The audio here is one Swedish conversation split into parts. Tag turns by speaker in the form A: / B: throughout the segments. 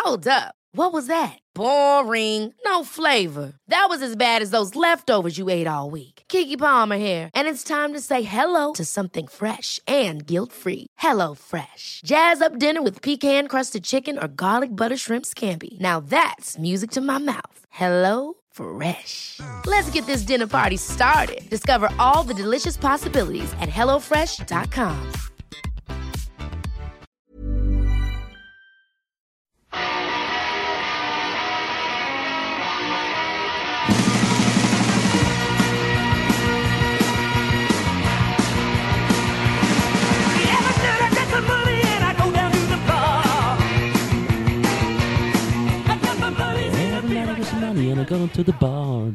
A: Hold up. What was that? Boring. No flavor. That was as bad as those leftovers you ate all week. Keke Palmer here. And it's time to say hello to something fresh and guilt-free. Hello Fresh. Jazz up dinner with pecan-crusted chicken or garlic butter shrimp scampi. Now that's music to my mouth. Hello Fresh. Let's get this dinner party started. Discover all the delicious possibilities at hellofresh.com.
B: Going to the bar.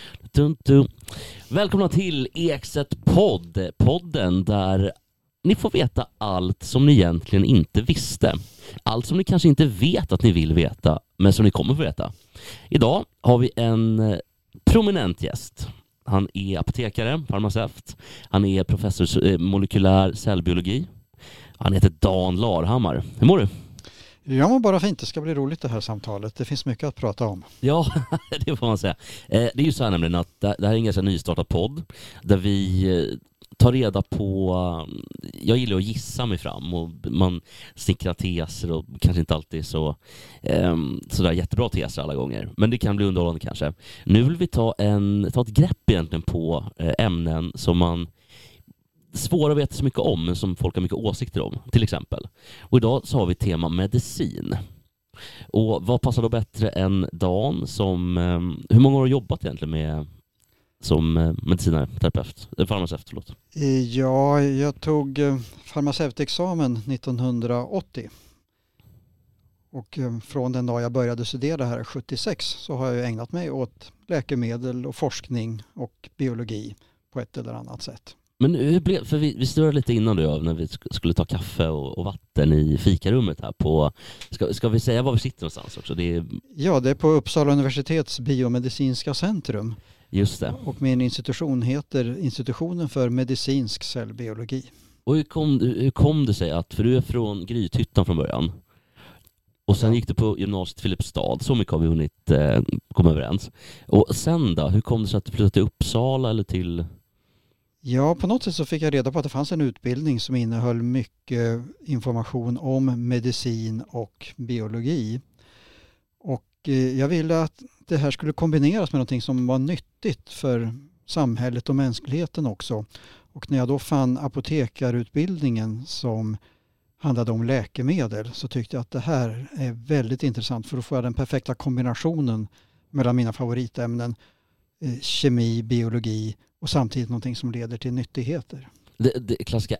B: Välkomna till Ekset podd. Podden där ni får veta allt som ni egentligen inte visste. Allt som ni kanske inte vet att ni vill veta, men som ni kommer få veta. Idag har vi en prominent gäst. Han är apotekare, farmaceut. Han är professor i molekylär cellbiologi. Han heter Dan Larhammar. Hur mår du?
C: Jag mår bara fint, det ska bli roligt det här samtalet. Det finns mycket att prata om.
B: Ja, det får man säga. Det är ju så här nämligen att det här är en ganska nystartad podd där vi tar reda på, jag gillar att gissa mig fram och man snickrar teser och kanske inte alltid så där jättebra teser alla gånger. Men det kan bli underhållande kanske. Nu vill vi ta ett grepp egentligen på ämnen som man svåra att veta så mycket om, men som folk har mycket åsikter om, till exempel. Och idag så har vi tema medicin. Och vad passar då bättre än Dan som, hur många år har jobbat egentligen som medicinare, terapeut, farmaceut, förlåt?
C: Ja, jag tog farmaceutexamen 1980. Och från den dag jag började studera här 76 så har jag ägnat mig åt läkemedel och forskning och biologi på ett eller annat sätt.
B: Men hur blev, för vi störde lite innan när vi skulle ta kaffe och vatten i fikarummet här på, ska vi säga var vi sitter någonstans också?
C: Ja, det är på Uppsala universitets biomedicinska centrum.
B: Just det.
C: Och min institution heter Institutionen för medicinsk cellbiologi.
B: Och hur kom det sig att, för du är från Grythyttan från början och sen gick du på gymnasiet Filipstad, så mycket har vi hunnit komma överens. Och sen då, hur kom det sig att du flyttade till Uppsala eller till...
C: Ja, på något sätt så fick jag reda på att det fanns en utbildning som innehöll mycket information om medicin och biologi. Och jag ville att det här skulle kombineras med något som var nyttigt för samhället och mänskligheten också. Och när jag då fann apotekarutbildningen som handlade om läkemedel så tyckte jag att det här är väldigt intressant, för då får jag den perfekta kombinationen mellan mina favoritämnen, kemi, biologi, och samtidigt någonting som leder till nyttigheter.
B: Det klassiska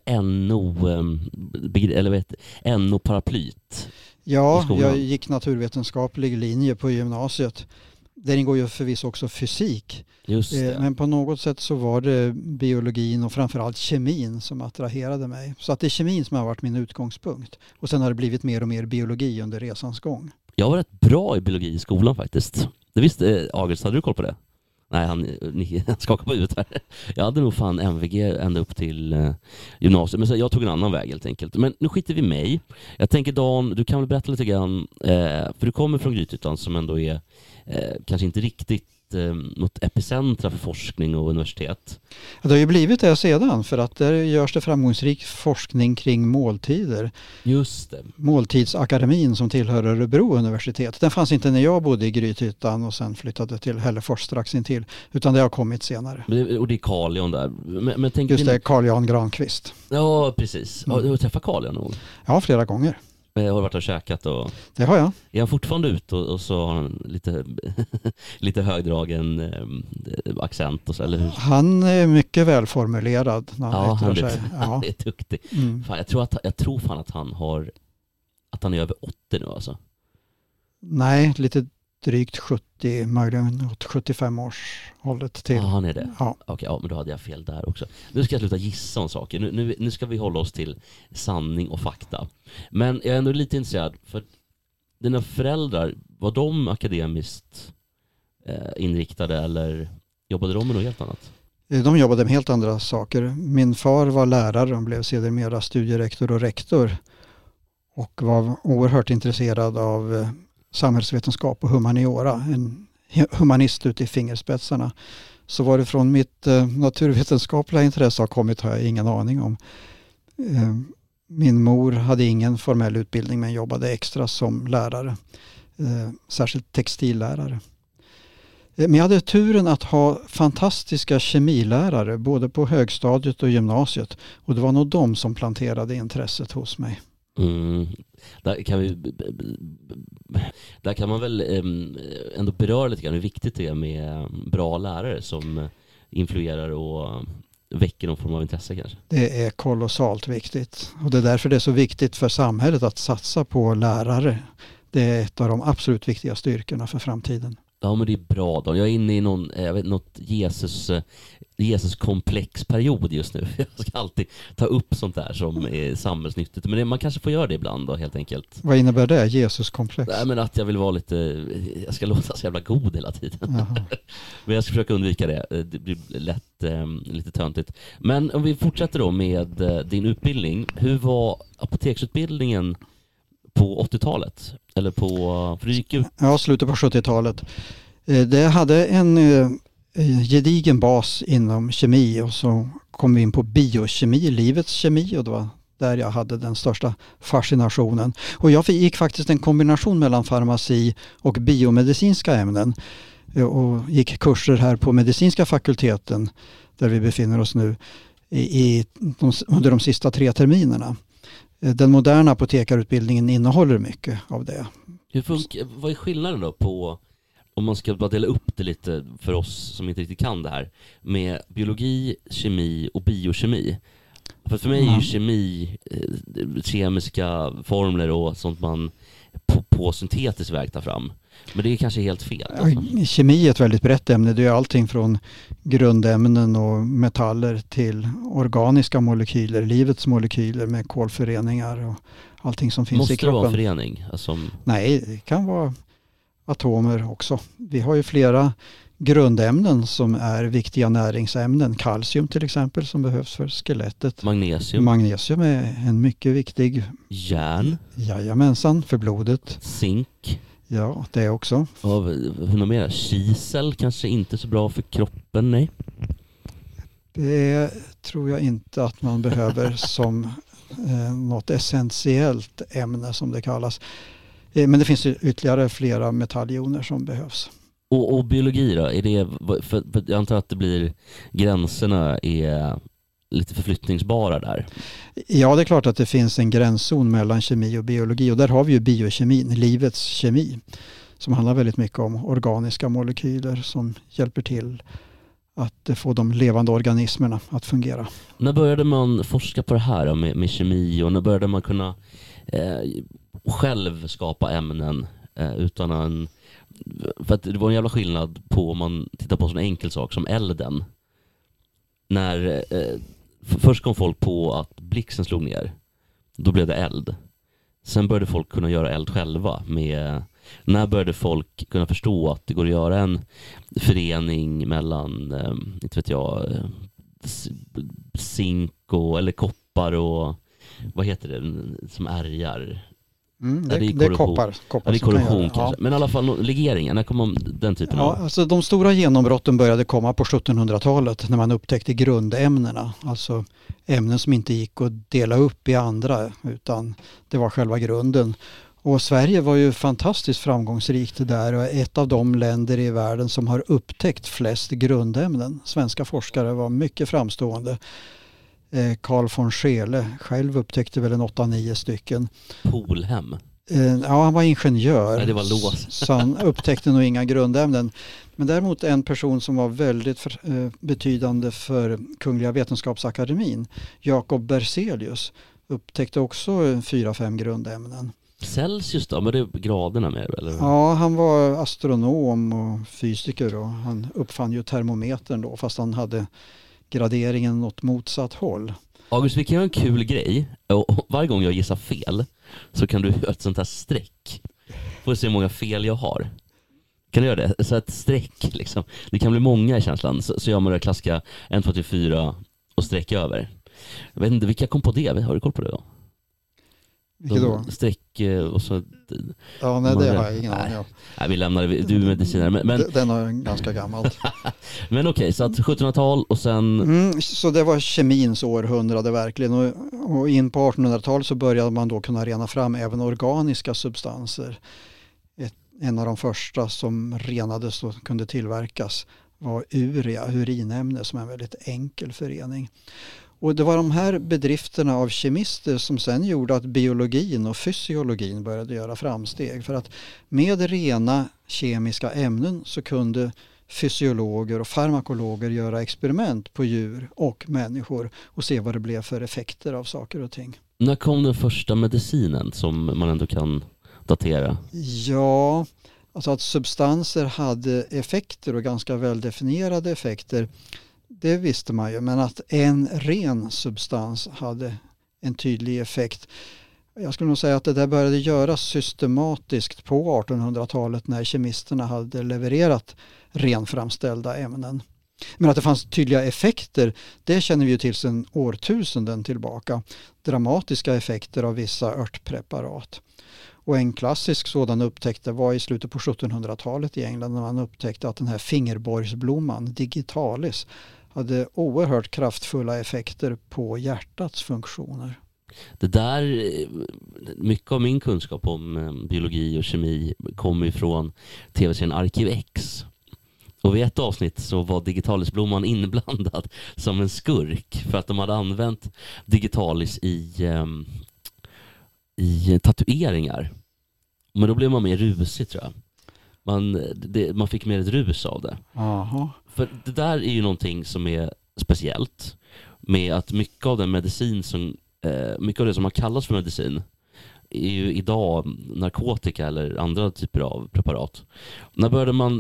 B: NO-paraplyt.
C: Ja, jag gick naturvetenskaplig linje på gymnasiet. Där ingår ju förvisso också fysik.
B: Just det.
C: Men på något sätt så var det biologin och framförallt kemin som attraherade mig. Så att det är kemin som har varit min utgångspunkt. Och sen har det blivit mer och mer biologi under resans gång.
B: Jag var rätt bra i biologi i skolan faktiskt. Det visste August, hade du koll på det? Nej, han skakar på huvudet här. Jag hade nog fan MVG ända upp till gymnasiet. Men så jag tog en annan väg helt enkelt. Men nu skiter vi mig. Jag tänker Dan, du kan väl berätta lite grann. För du kommer från Grythyttan som ändå är kanske inte riktigt något epicentra för forskning och universitet.
C: Det har ju blivit det sedan, för att där görs det framgångsrik forskning kring måltider.
B: Just det.
C: Måltidsakademin som tillhör Örebro universitet. Den fanns inte när jag bodde i Grythyttan och sen flyttade till Hällefors strax intill, utan det har kommit senare.
B: Och det är Carl Jan där. Men
C: just det, Carl Jan Granqvist.
B: Ja, precis. Du har träffat Carl Jan någon?
C: Ja, flera gånger.
B: Jag har varit och käkat och...
C: Det har jag.
B: Är han fortfarande ut och så har han lite högdragen accent och så, eller hur?
C: Han är mycket välformulerad när
B: han
C: han sig. Ja,
B: han är duktig. Mm. Fan, jag tror fan att han är över 80 nu alltså.
C: Nej, lite drygt 70, möjligen åt 75 års hållet till.
B: Ja, han är det.
C: Ja.
B: Okej, ja, men då hade jag fel där också. Nu ska jag sluta gissa om saker. Nu ska vi hålla oss till sanning och fakta. Men jag är ändå lite intresserad, för dina föräldrar, var de akademiskt inriktade eller jobbade de med något helt annat?
C: De jobbade med helt andra saker. Min far var lärare och blev sedermera studierektor och rektor och var oerhört intresserad av samhällsvetenskap och humaniora, en humanist ute i fingerspetsarna. Så varifrån mitt naturvetenskapliga intresse har kommit har jag ingen aning om. Min mor hade ingen formell utbildning men jobbade extra som lärare, särskilt textillärare. Men jag hade turen att ha fantastiska kemilärare både på högstadiet och gymnasiet. Och det var nog de som planterade intresset hos mig.
B: Där kan man väl ändå beröra lite grann hur viktigt det är med bra lärare som influerar och väcker någon form av intresse kanske.
C: Det är kolossalt viktigt. Och det är därför det är så viktigt för samhället att satsa på lärare. Det är ett av de absolut viktiga styrkorna för framtiden.
B: Ja, men det är bra då. Jag är inne i något Jesus-komplexperiod just nu. Jag ska alltid ta upp sånt där som är samhällsnyttigt. Men man kanske får göra det ibland då, helt enkelt.
C: Vad innebär det, Jesus-komplex?
B: Nej, men att jag vill vara jag ska låta så jävla god hela tiden. Men jag ska försöka undvika det. Det blir lätt lite töntigt. Men om vi fortsätter då med din utbildning. Hur var apoteksutbildningen på 80-talet? Eller för du gick ut...
C: Ja, slutet på 70-talet. Det hade en gedigen bas inom kemi och så kom vi in på biokemi, livets kemi, och det var där jag hade den största fascinationen. Och jag gick faktiskt en kombination mellan farmaci och biomedicinska ämnen och gick kurser här på medicinska fakulteten där vi befinner oss nu under de sista 3 terminerna. Den moderna apotekarutbildningen innehåller mycket av det.
B: Vad är skillnaden då på, om man ska bara dela upp det lite för oss som inte riktigt kan det här, med biologi, kemi och biokemi? För mig är ju kemi kemiska formler och sånt man på syntetisk väg tar fram. Men det är kanske helt fel. Alltså.
C: Kemi är ett väldigt brett ämne. Det är allting från grundämnen och metaller till organiska molekyler, livets molekyler med kolföreningar och allting som finns i kroppen.
B: Måste det vara en förening? Alltså...
C: Nej, det kan vara atomer också. Vi har ju flera grundämnen som är viktiga näringsämnen. Kalcium till exempel som behövs för skelettet. Magnesium är en mycket viktig.
B: Järn.
C: Jajamensan, för blodet.
B: Zink.
C: Ja, det också.
B: Och något mer? Kisel kanske inte så bra för kroppen, nej.
C: Det tror jag inte att man behöver som något essentiellt ämne som det kallas. Men det finns ytterligare flera metalljoner som behövs.
B: Och biologi då? Är det, för jag antar att det blir, gränserna är lite förflyttningsbara där.
C: Ja, det är klart att det finns en gränszon mellan kemi och biologi, och där har vi ju biokemin, livets kemi, som handlar väldigt mycket om organiska molekyler som hjälper till att få de levande organismerna att fungera. När
B: började man forska på det här då, med kemi, och när började man kunna själv skapa ämnen utan en... För att det var en jävla skillnad på om man tittar på en sån enkel sak som elden. När först kom folk på att blixten slog ner, då blev det eld. Sen började folk kunna göra eld själva. När började folk kunna förstå att det går att göra en förening mellan inte vet jag, zink eller koppar och vad heter det som ärgar?
C: Det är koppar.
B: Det är korrosion kanske. Ja. Men i alla fall legeringen, när kom den typen av...
C: Alltså de stora genombrotten började komma på 1700-talet när man upptäckte grundämnena. Alltså ämnen som inte gick att dela upp i andra, utan det var själva grunden. Och Sverige var ju fantastiskt framgångsrikt där och är ett av de länder i världen som har upptäckt flest grundämnen. Svenska forskare var mycket framstående. Carl von Scheele själv upptäckte väl en 8-9 stycken.
B: Polhem?
C: Ja, han var ingenjör.
B: Nej, det var lås.
C: Så han upptäckte nog inga grundämnen. Men däremot en person som var väldigt betydande för Kungliga Vetenskapsakademin, Jacob Berzelius, upptäckte också 4-5 grundämnen.
B: Celsius då? Men det är graderna med, eller?
C: Ja, han var astronom och fysiker och han uppfann ju termometern då, fast han hade graderingen åt motsatt håll.
B: August, vi kan göra en kul grej. Och varje gång jag gissar fel så kan du göra ett sånt här streck. Får se hur många fel jag har. Kan du göra det? Så ett streck liksom. Det kan bli många i känslan. Så gör man det klassiska 1, 2, 3, 4 och streck över. Jag vet inte, vilka kom på det? Har du koll på det då?
C: Vilket då?
B: Streck och så...
C: Ja, nej, det har jag ingen aning om.
B: Nej, vi lämnar det. Du är medicinare. Men
C: Den är ganska gammalt.
B: men okej, så att 1700-tal och sen...
C: Så det var kemins århundrade verkligen. Och in på 1800-talet så började man då kunna rena fram även organiska substanser. En av de första som renades och kunde tillverkas var urea, urinämne, som är en väldigt enkel förening. Och det var de här bedrifterna av kemister som sen gjorde att biologin och fysiologin började göra framsteg. För att med rena kemiska ämnen så kunde fysiologer och farmakologer göra experiment på djur och människor och se vad det blev för effekter av saker och ting.
B: När kom den första medicinen som man ändå kan datera?
C: Ja, alltså att substanser hade effekter och ganska väldefinierade effekter, det visste man ju. Men att en ren substans hade en tydlig effekt. Jag skulle nog säga att det där började göras systematiskt på 1800-talet när kemisterna hade levererat renframställda ämnen. Men att det fanns tydliga effekter, det känner vi ju till sedan årtusenden tillbaka. Dramatiska effekter av vissa örtpreparat. Och en klassisk sådan upptäckt var i slutet på 1700-talet i England när man upptäckte att den här fingerborgsblomman, digitalis, hade oerhört kraftfulla effekter på hjärtats funktioner.
B: Det där, mycket av min kunskap om biologi och kemi kommer ifrån tv-serien Arkiv X. Och vid ett avsnitt så var digitalisblomman inblandad som en skurk för att de hade använt digitalis i tatueringar. Men då blev man mer rusig, tror jag. Man fick mer ett rus av det.
C: Aha.
B: För det där är ju någonting som är speciellt med att mycket av den medicin mycket av det som har kallats för medicin är ju idag narkotika eller andra typer av preparat. När började man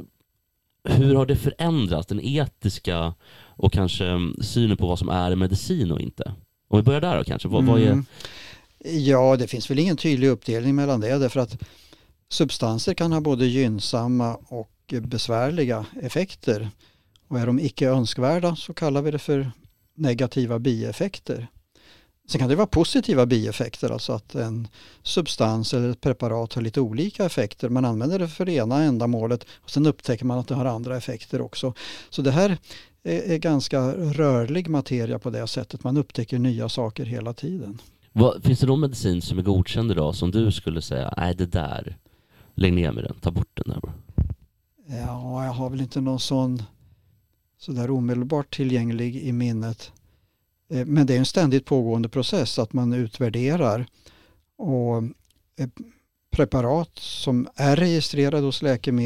B: hur har det förändrat den etiska och kanske synen på vad som är medicin och inte? Om vi börjar där då kanske. Vad är...
C: Ja, det finns väl ingen tydlig uppdelning mellan det, därför att substanser kan ha både gynnsamma och besvärliga effekter. Och är de icke önskvärda så kallar vi det för negativa bieffekter. Sen kan det vara positiva bieffekter, alltså att en substans eller ett preparat har lite olika effekter. Man använder det för det ena ändamålet och sen upptäcker man att det har andra effekter också. Så det här är ganska rörlig materia på det sättet. Man upptäcker nya saker hela tiden.
B: Finns det någon medicin som är godkänd idag som du skulle säga, nej det där, lägg ner med den, ta bort den där?
C: Ja, jag har väl inte någon sån så där omedelbart tillgänglig i minnet. Men det är en ständigt pågående process att man utvärderar, och preparat som är registrerade hos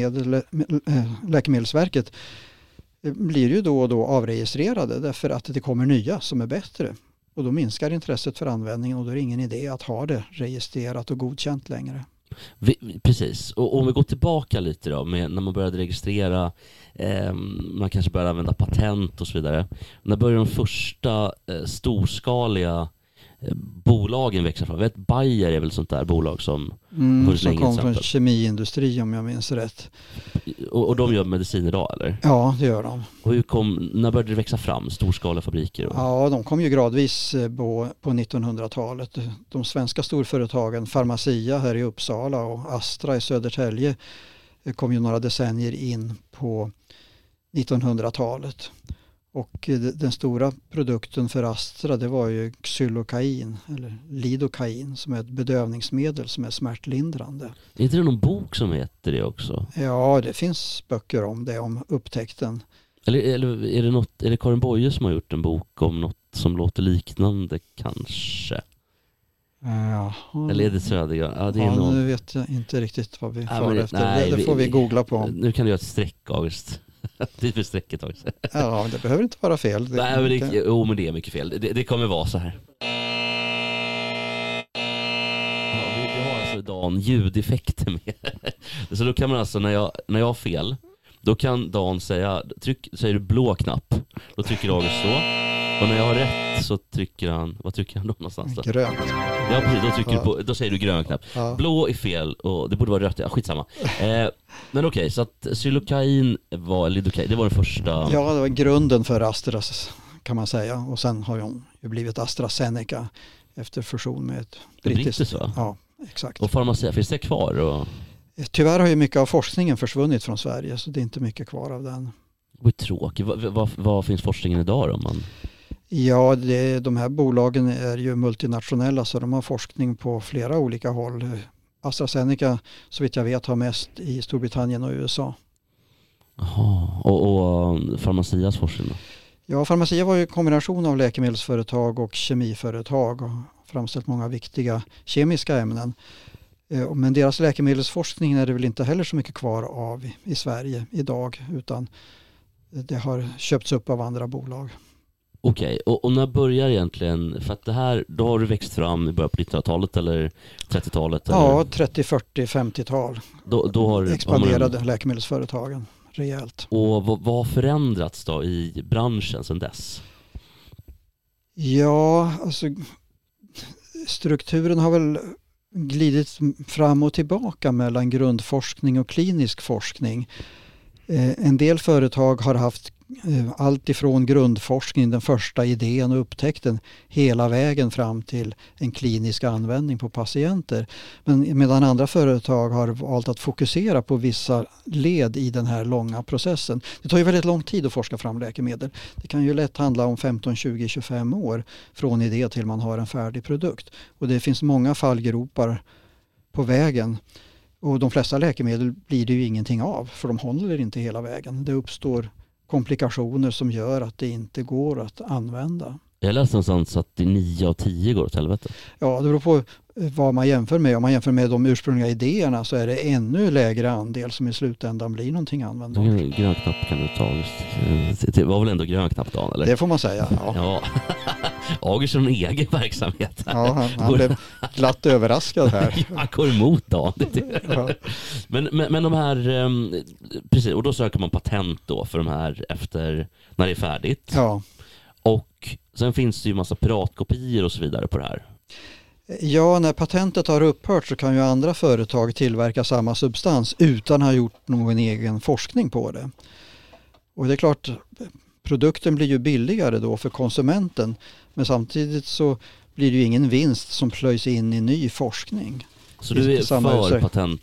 C: Läkemedelsverket blir ju då och då avregistrerade därför att det kommer nya som är bättre. Och då minskar intresset för användningen och då är det ingen idé att ha det registrerat och godkänt längre.
B: Precis, och om vi går tillbaka lite då med när man började registrera, man kanske började använda patent och så vidare. När började de första storskaliga bolagen växa fram? Vet, Bayer är väl sånt där bolag som
C: som kom från kemiindustri om jag minns rätt.
B: Och de gör medicin idag eller?
C: Ja, det gör de.
B: Och när började det växa fram storskaliga fabriker?
C: Ja, de kom ju gradvis på 1900-talet. De svenska storföretagen Pharmacia här i Uppsala och Astra i Södertälje kom ju några decennier in på 1900-talet. Och den stora produkten för Astra, det var ju xylokain eller lidokain som är ett bedövningsmedel som är smärtlindrande.
B: Är inte det någon bok som heter det också?
C: Ja, det finns böcker om det, om upptäckten.
B: Eller är det Karin Boye som har gjort en bok om något som låter liknande kanske?
C: Jaha.
B: Eller är det Södergran? Ja, det är någon...
C: nu vet jag inte riktigt vad vi får efter. Det får vi googla på.
B: Nu kan du göra ett streck, August. Det är för strecket också.
C: Ja, det behöver inte vara fel.
B: Nej, men men det är mycket fel. Det kommer vara så här. Ja, vi har alltså Dan ljudeffekter med. Så då kan man alltså, när jag har fel, då kan Dan säger du blå knapp. Då trycker August så. Och när jag har rätt så trycker han, vad trycker han då någonstans då?
C: Grönt.
B: Ja, precis, då säger du grön knapp. Ja. Blå är fel och det borde vara rött, ja, skitsamma. Men okej, så att xylokain var lidokain, det var den första... Ja,
C: det var grunden för Astras kan man säga. Och sen har ju blivit AstraZeneca efter fusion med ett
B: brittiskt. Va?
C: Ja, exakt.
B: Och Pharmacia, finns det kvar? Och...
C: Tyvärr har ju mycket av forskningen försvunnit från Sverige, så det är inte mycket kvar av den.
B: Det är tråkigt. Vad finns forskningen idag då?
C: Ja, de här bolagen är ju multinationella, så de har forskning på flera olika håll. AstraZeneca, så vitt jag vet, har mest i Storbritannien och USA.
B: Jaha, och Pharmacias forskning då?
C: Ja, Pharmacia var ju en kombination av läkemedelsföretag och kemiföretag och framställt många viktiga kemiska ämnen. Men deras läkemedelsforskning är det väl inte heller så mycket kvar av i Sverige idag, utan det har köpts upp av andra bolag.
B: Okej, och när börjar egentligen, för att det här, då har du växt fram i början på 1900-talet eller 30-talet? Eller?
C: Ja, 30, 40, 50-tal.
B: Då har
C: expanderade läkemedelsföretagen rejält.
B: Och vad har förändrats då i branschen sedan dess?
C: Ja, alltså strukturen har väl glidit fram och tillbaka mellan grundforskning och klinisk forskning. En del företag har haft allt ifrån grundforskning, den första idén och upptäckten, hela vägen fram till en klinisk användning på patienter. Men medan andra företag har valt att fokusera på vissa led i den här långa processen. Det tar ju väldigt lång tid att forska fram läkemedel. Det kan ju lätt handla om 15, 20, 25 år från idé till man har en färdig produkt. Och det finns många fallgropar på vägen. Och de flesta läkemedel blir det ju ingenting av, för de håller inte hela vägen. Det uppstår komplikationer som gör att det inte går att använda.
B: Jag läste någonstans att 9 av 10 går åt helvete.
C: Ja, det beror på vad man jämför med. Om man jämför med de ursprungliga idéerna så är det ännu lägre andel som i slutändan blir någonting användbart.
B: Grön knapp kan du ta. Det var väl ändå grön knapp då, eller?
C: Det får man säga, ja.
B: Ja. Agers en egen verksamhet.
C: Ja, han blev glatt överraskad här.
B: Han går emot då.
C: Ja.
B: Men de här, precis, och då söker man patent då för de här efter när det är färdigt.
C: Ja.
B: Och sen finns det ju massa piratkopior och så vidare på det här.
C: Ja, när patentet har upphört så kan ju andra företag tillverka samma substans utan att ha gjort någon egen forskning på det. Och det är klart, produkten blir ju billigare då för konsumenten, men samtidigt så blir det ju ingen vinst som plöjs in i ny forskning.
B: Så du är för patent?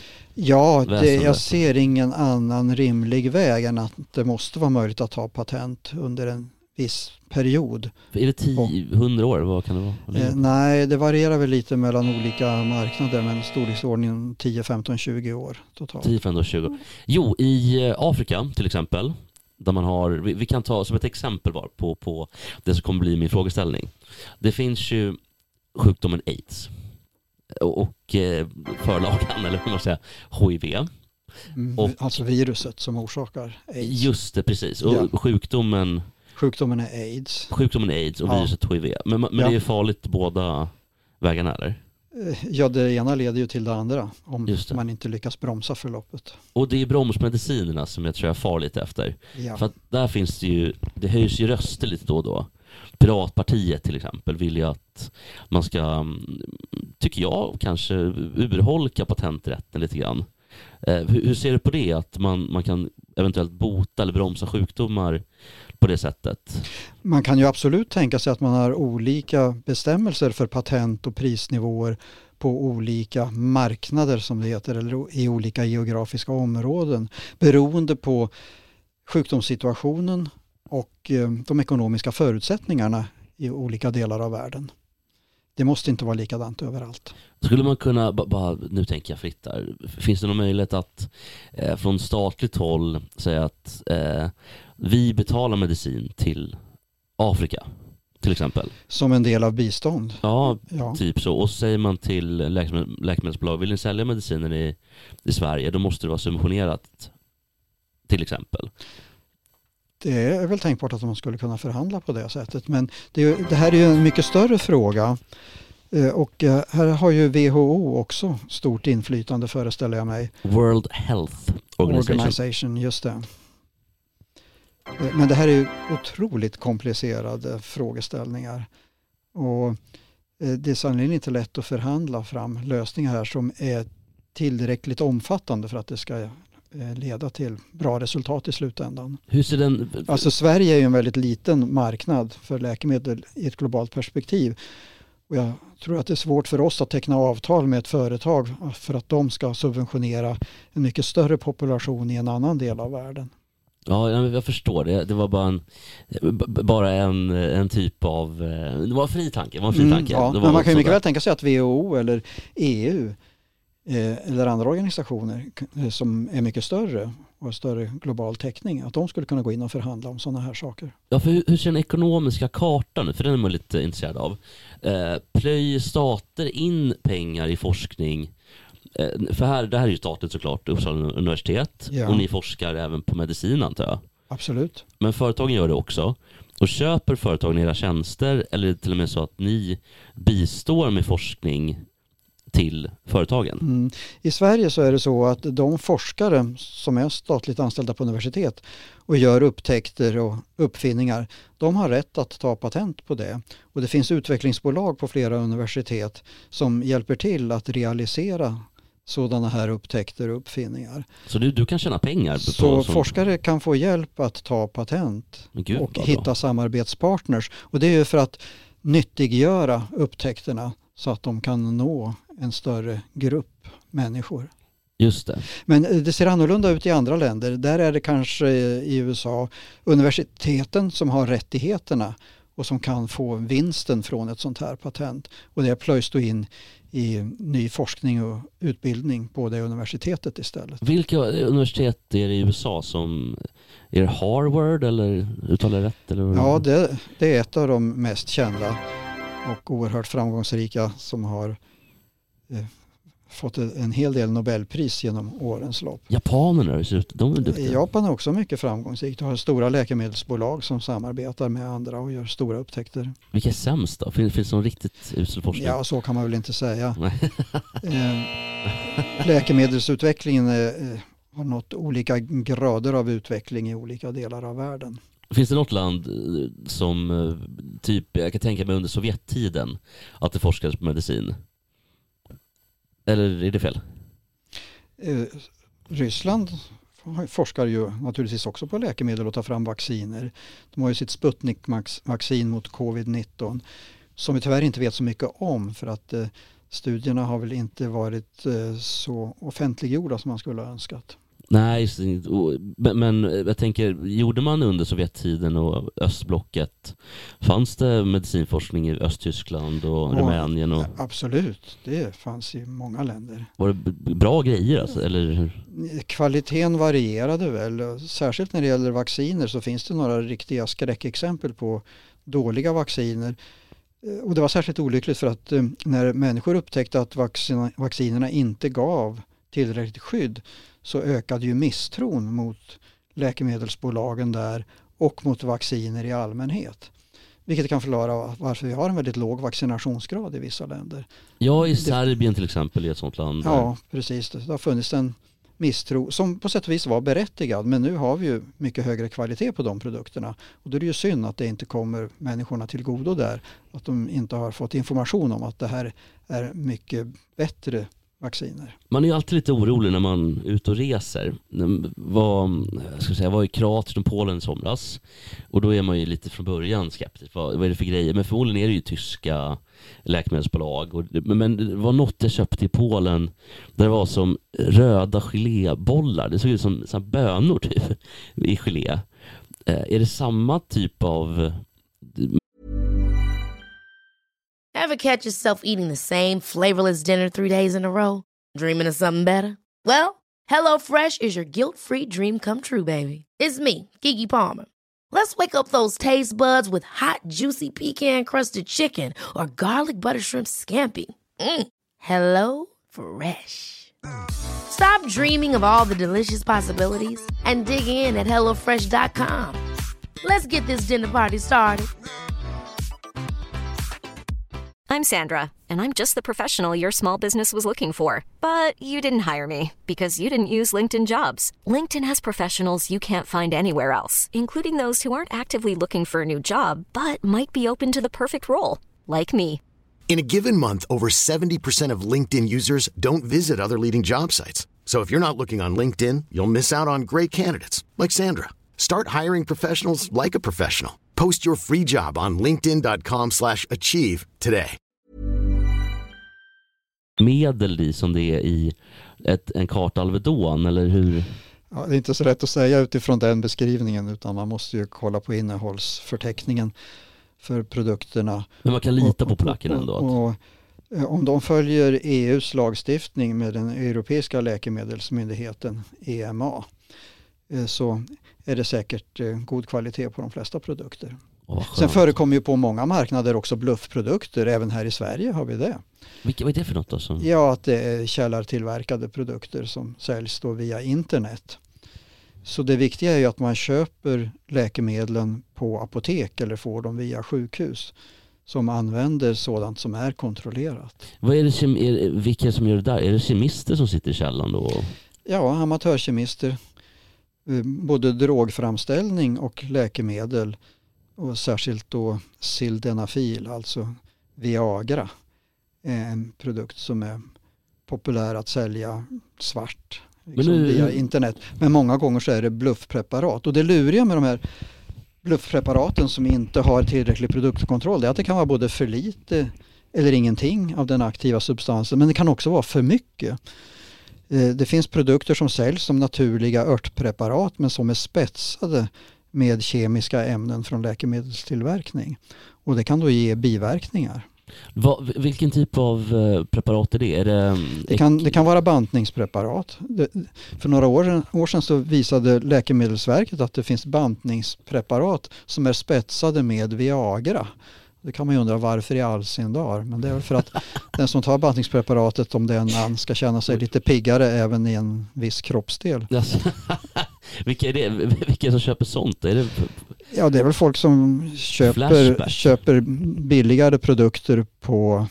C: Ja, jag ser ingen annan rimlig väg än att det måste vara möjligt att ta patent under en viss period.
B: Är det 100 år? Vad kan det vara?
C: Nej, det varierar väl lite mellan olika marknader, men storleksordningen 10, 15, 20 år totalt.
B: 10, 15, 20. Jo, i Afrika till exempel, där man har, vi kan ta som ett exempel bara på det som kommer bli min frågeställning. Det finns ju sjukdomen AIDS och förlagan, eller hur man säger, HIV.
C: Och, alltså viruset som orsakar AIDS.
B: Just det, precis. Och sjukdomen
C: är AIDS.
B: Sjukdomen är AIDS och viruset HIV. Men det är farligt båda vägarna, eller?
C: Ja, det ena leder ju till det andra om man inte lyckas bromsa förloppet.
B: Och det är bromsmedicinerna som jag tror jag far lite efter.
C: Ja.
B: För att där finns det höjs ju röster lite då och då. Piratpartiet till exempel vill ju att man ska, tycker jag, kanske urholka patenträtten lite grann. Hur ser du på det? Att man kan eventuellt bota eller bromsa sjukdomar på det sättet?
C: Man kan ju absolut tänka sig att man har olika bestämmelser för patent och prisnivåer på olika marknader som det heter, eller i olika geografiska områden, beroende på sjukdomssituationen och de ekonomiska förutsättningarna i olika delar av världen. Det måste inte vara likadant överallt.
B: Skulle man kunna, nu tänker jag fritt där, finns det någon möjlighet att från statligt håll säga att vi betalar medicin till Afrika till exempel? Som
C: en del av bistånd?
B: Ja, typ så. Och så säger man till läkemedelsbolag, vill ni sälja medicinen i Sverige, då måste det vara subventionerat till exempel.
C: Det är väl tänkbart att man skulle kunna förhandla på det sättet. Men det här är ju en mycket större fråga. Och här har ju WHO också stort inflytande, föreställer jag mig.
B: World Health Organization.
C: Just det. Men det här är ju otroligt komplicerade frågeställningar. Och det är sannolikt inte lätt att förhandla fram lösningar här som är tillräckligt omfattande för att det ska leda till bra resultat i slutändan.
B: Hur ser den...
C: Alltså Sverige är ju en väldigt liten marknad för läkemedel i ett globalt perspektiv. Och jag tror att det är svårt för oss att teckna avtal med ett företag för att de ska subventionera en mycket större population i en annan del av världen.
B: Ja, jag förstår det. Det var bara en typ av... Det var en fri tanke.
C: Ja, men man kan ju mycket väl tänka sig att WHO eller EU eller andra organisationer som är mycket större och har större global täckning, att de skulle kunna gå in och förhandla om sådana här saker.
B: Ja, för hur ser den ekonomiska kartan ut? För den är man lite intresserad av. Plöjer stater in pengar i forskning? För det här är ju statligt såklart, Uppsala universitet. Ja. Och ni forskar även på medicin, antar jag.
C: Absolut.
B: Men företagen gör det också. Och köper företagen era tjänster, eller till och med så att ni bistår med forskning till företagen?
C: I Sverige så är det så att de forskare som är statligt anställda på universitet och gör upptäckter och uppfinningar, de har rätt att ta patent på det. Och det finns utvecklingsbolag på flera universitet som hjälper till att realisera sådana här upptäckter och uppfinningar.
B: Så du kan tjäna pengar?
C: Så forskare kan få hjälp att ta patent och hitta samarbetspartners. Och det är ju för att nyttiggöra upptäckterna så att de kan nå en större grupp människor.
B: Just det.
C: Men det ser annorlunda ut i andra länder. Där är det kanske i USA universiteten som har rättigheterna och som kan få vinsten från ett sånt här patent. Och det plöjs då in i ny forskning och utbildning på det universitetet istället. Vilka
B: universitet är det i USA som... Är det Harvard eller uttalar jag rätt? Eller?
C: Ja, det är ett av de mest kända och oerhört framgångsrika som har fått en hel del Nobelpris genom årens lopp.
B: Japanerna, de är duktiga.
C: Japan är också mycket framgångsrikt och har stora läkemedelsbolag som samätar med andra och gör stora upptäckter.
B: Vilka är sämst då? Finns det någon riktigt usel forskning?
C: Ja, så kan man väl inte säga. Läkemedelsutvecklingen har nått olika grader av utveckling i olika delar av världen.
B: Finns det något land som typ, jag kan tänka mig under Sovjettiden, att det forskades på medicin? Eller är det fel?
C: Ryssland forskar ju naturligtvis också på läkemedel och tar fram vacciner. De har ju sitt Sputnik-vaccin mot covid-19 som vi tyvärr inte vet så mycket om för att studierna har väl inte varit så offentliggjorda som man skulle ha önskat.
B: Nej, men jag tänker, gjorde man under Sovjettiden och östblocket, fanns det medicinforskning i Östtyskland och Rumänien? Och...
C: Absolut, det fanns i många länder.
B: Var det bra grejer alltså, eller?
C: Kvaliteten varierade väl, särskilt när det gäller vacciner så finns det några riktiga skräckexempel på dåliga vacciner. Och det var särskilt olyckligt för att när människor upptäckte att vaccinerna inte gav tillräckligt skydd så ökade ju misstron mot läkemedelsbolagen där och mot vacciner i allmänhet. Vilket kan förklara varför vi har en väldigt låg vaccinationsgrad i vissa länder.
B: Ja, i Serbien till exempel, i ett sånt land.
C: Ja, precis. Det har funnits en misstro som på sätt och vis var berättigad, men nu har vi ju mycket högre kvalitet på de produkterna. Och då är det ju synd att det inte kommer människorna till godo där. Att de inte har fått information om att det här är mycket bättre vacciner. Man är ju alltid lite orolig när man är ute och reser. Var i Kroatien och Polen i somras. Och då är man ju lite från början skeptisk. Vad är det för grejer? Men förmodligen är det ju tyska läkemedelsbolag. Men det var något jag köpte i Polen där det var som röda gelébollar. Det såg ut som bönor typ i gelé. Är det samma typ av...
A: Ever catch yourself eating the same flavorless dinner 3 days in a row? Dreaming of something better? Well, HelloFresh is your guilt-free dream come true, baby. It's me, Keke Palmer. Let's wake up those taste buds with hot, juicy pecan-crusted chicken or garlic butter shrimp scampi. Hello Fresh. Stop dreaming of all the delicious possibilities and dig in at HelloFresh.com. Let's get this dinner party started.
D: I'm Sandra, and I'm just the professional your small business was looking for. But you didn't hire me because you didn't use LinkedIn Jobs. LinkedIn has professionals you can't find anywhere else, including those who aren't actively looking for a new job, but might be open to the perfect role, like me.
E: In a given month, over 70% of LinkedIn users don't visit other leading job sites. So if you're not looking on LinkedIn, you'll miss out on great candidates, like Sandra. Start hiring professionals like a professional. Post your free job on linkedin.com/achieve today.
B: medel i som det är i en karta Alvedon, eller hur?
C: Ja, det är inte så rätt att säga utifrån den beskrivningen, utan man måste ju kolla på innehållsförteckningen för produkterna.
B: Men man kan lita på placken ändå?
C: Och om de följer EUs lagstiftning med den europeiska läkemedelsmyndigheten EMA, så är det säkert god kvalitet på de flesta produkter. Sen förekommer ju på många marknader också bluffprodukter. Även här i Sverige har vi det.
B: Vad är det för något då?
C: Ja, att det är källartillverkade produkter som säljs då via internet. Så det viktiga är ju att man köper läkemedlen på apotek eller får dem via sjukhus som använder sådant som är kontrollerat.
B: Vad är det, vilka som gör det där? Är det kemister som sitter i källan då?
C: Ja, amatörkemister. Både drogframställning och läkemedel. Och särskilt då sildenafil, alltså Viagra. En produkt som är populär att sälja svart via internet. Men många gånger så är det bluffpreparat. Och det luriga med de här bluffpreparaten som inte har tillräcklig produktkontroll, det är att det kan vara både för lite eller ingenting av den aktiva substansen. Men det kan också vara för mycket. Det finns produkter som säljs som naturliga örtpreparat men som är spetsade med kemiska ämnen från läkemedelstillverkning. Och det kan då ge biverkningar.
B: Vilken typ av preparat är det?
C: Det kan vara bantningspreparat. För några år sedan så visade Läkemedelsverket att det finns bantningspreparat som är spetsade med Viagra. Det kan man ju undra varför i all sin dar. Men det är väl för att den som tar bantningspreparatet, om det är en man, ska känna sig lite piggare även i en viss kroppsdel.
B: Vilka är det? Vilka som köper sånt? Är det...
C: Ja, det är väl folk som köper billigare produkter på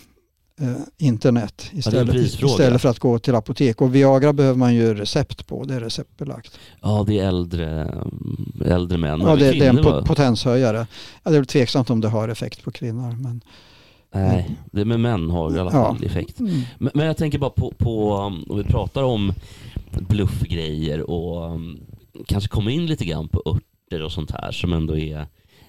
C: internet istället för att gå till apotek. Och Viagra behöver man ju recept på, det är receptbelagt.
B: Ja, det är äldre män.
C: Ja, det är en potenshöjare. Ja, det är väl tveksamt om det har effekt på kvinnor. Men...
B: Nej, det med män har i alla fall effekt. Men jag tänker bara på om vi pratar om bluffgrejer och kanske kommer in lite grann på örter och sånt här som ändå är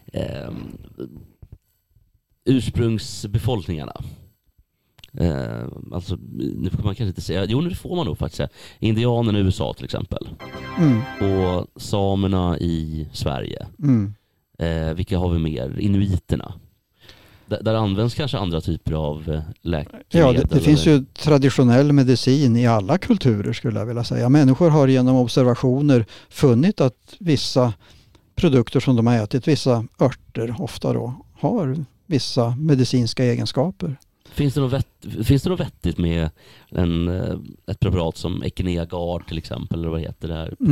B: ursprungsbefolkningarna. Alltså, nu får man kanske inte säga, jo, nu får man nog faktiskt säga indianerna i USA till exempel. Och samerna i Sverige. Vilka har vi mer? Inuiterna. Där används kanske andra typer av läkemedel.
C: Ja, det finns ju traditionell medicin i alla kulturer, skulle jag vilja säga. Människor har genom observationer funnit att vissa produkter som de har ätit, vissa örter ofta då, har vissa medicinska egenskaper.
B: Finns det något vettigt med ett preparat som Equineagard till exempel, eller vad heter det här?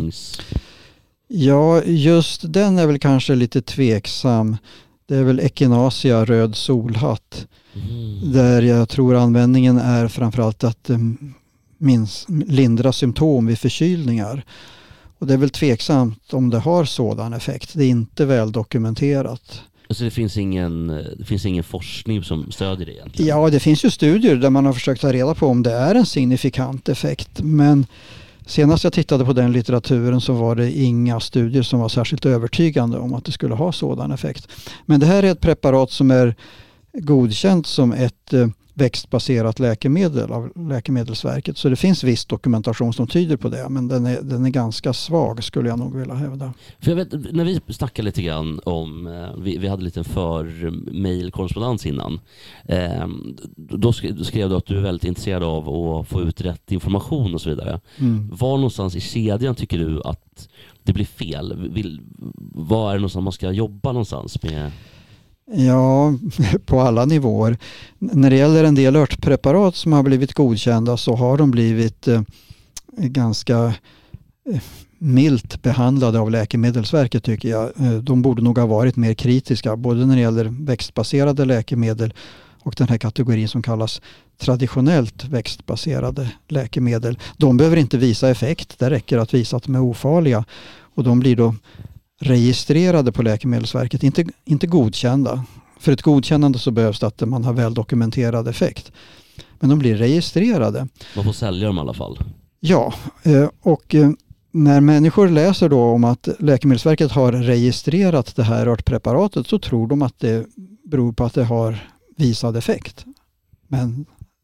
C: Ja, just den är väl kanske lite tveksam. Det är väl Echinacea röd solhatt. Där jag tror användningen är framförallt att lindra symptom vid förkylningar. Och det är väl tveksamt om det har sådan effekt. Det är inte väl dokumenterat.
B: Så det finns ingen forskning som stödjer det egentligen?
C: Ja, det finns ju studier där man har försökt ta reda på om det är en signifikant effekt. Men senast jag tittade på den litteraturen så var det inga studier som var särskilt övertygande om att det skulle ha sådan effekt. Men det här är ett preparat som är godkänt som ett växtbaserat läkemedel av Läkemedelsverket. Så det finns viss dokumentation som tyder på det, men den är ganska svag, skulle jag nog vilja hävda.
B: För jag vet, när vi snackade lite grann om, vi hade lite för-mail-korrespondens innan. Då skrev du att du är väldigt intresserad av att få ut rätt information och så vidare. Var någonstans i kedjan tycker du att det blir fel? Var är det någonstans man ska jobba någonstans med?
C: Ja, på alla nivåer. När det gäller en del örtpreparat som har blivit godkända så har de blivit ganska milt behandlade av Läkemedelsverket, tycker jag. De borde nog ha varit mer kritiska, både när det gäller växtbaserade läkemedel och den här kategorin som kallas traditionellt växtbaserade läkemedel. De behöver inte visa effekt, det räcker att visa att de är ofarliga, och de blir då registrerade på Läkemedelsverket, inte godkända. För ett godkännande så behövs det att man har väl dokumenterad effekt. Men de blir registrerade.
B: Man får sälja dem i alla fall.
C: Ja, och när människor läser då om att Läkemedelsverket har registrerat det här örtpreparatet så tror de att det beror på att det har visad effekt. Men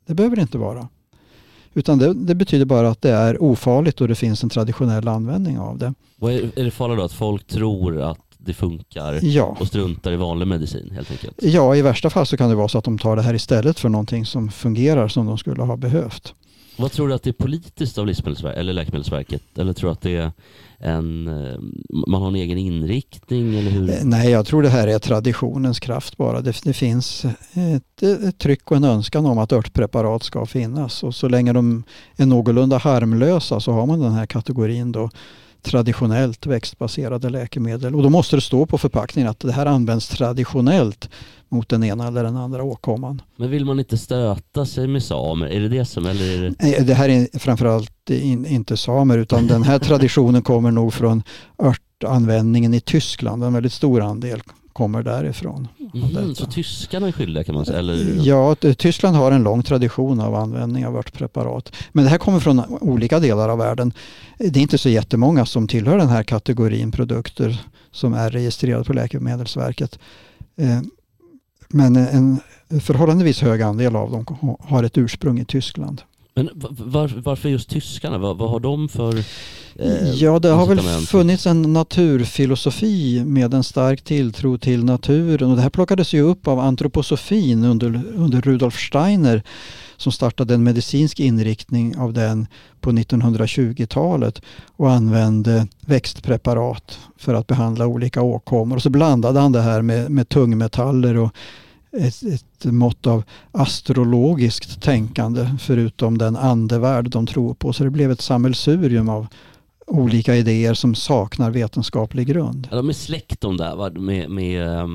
C: Det behöver det inte vara. Utan det betyder bara att det är ofarligt och det finns en traditionell användning av det.
B: Och är det farligt då att folk tror att det funkar och struntar i vanlig medicin helt enkelt?
C: Ja, i värsta fall så kan det vara så att de tar det här istället för någonting som fungerar som de skulle ha behövt.
B: Vad tror du att det är politiskt av Livsmedelsverket eller Läkemedelsverket? Eller tror du att det är man har en egen inriktning? Eller hur?
C: Nej, jag tror det här är traditionens kraft bara. Det finns ett tryck och en önskan om att örtpreparat ska finnas. Och så länge de är någorlunda harmlösa så har man den här kategorin då traditionellt växtbaserade läkemedel. Och då måste det stå på förpackningen att det här används traditionellt mot den ena eller den andra åkomman.
B: Men vill man inte stöta sig med samer? Är det som? Eller är det...
C: Det här är framförallt inte samer, utan den här traditionen kommer nog från örtanvändningen i Tyskland. En väldigt stor andel kommer därifrån.
B: Så tyskarna är skyldiga kan man säga? Eller?
C: Ja, Tyskland har en lång tradition av användning av örtpreparat. Men det här kommer från olika delar av världen. Det är inte så jättemånga som tillhör den här kategorin produkter som är registrerade på Läkemedelsverket. Men en förhållandevis hög andel av dem har ett ursprung i Tyskland.
B: Men varför just tyskarna? Vad har de för
C: Ja, det har väl funnits en naturfilosofi med en stark tilltro till naturen. Och det här plockades ju upp av antroposofin under Rudolf Steiner som startade en medicinsk inriktning av den på 1920-talet och använde växtpreparat för att behandla olika åkommor. Och så blandade han det här med tungmetaller och ett mått av astrologiskt tänkande förutom den andevärld de tror på. Så det blev ett sammelsurium av olika idéer som saknar vetenskaplig grund.
B: Ja, de är släkt de där med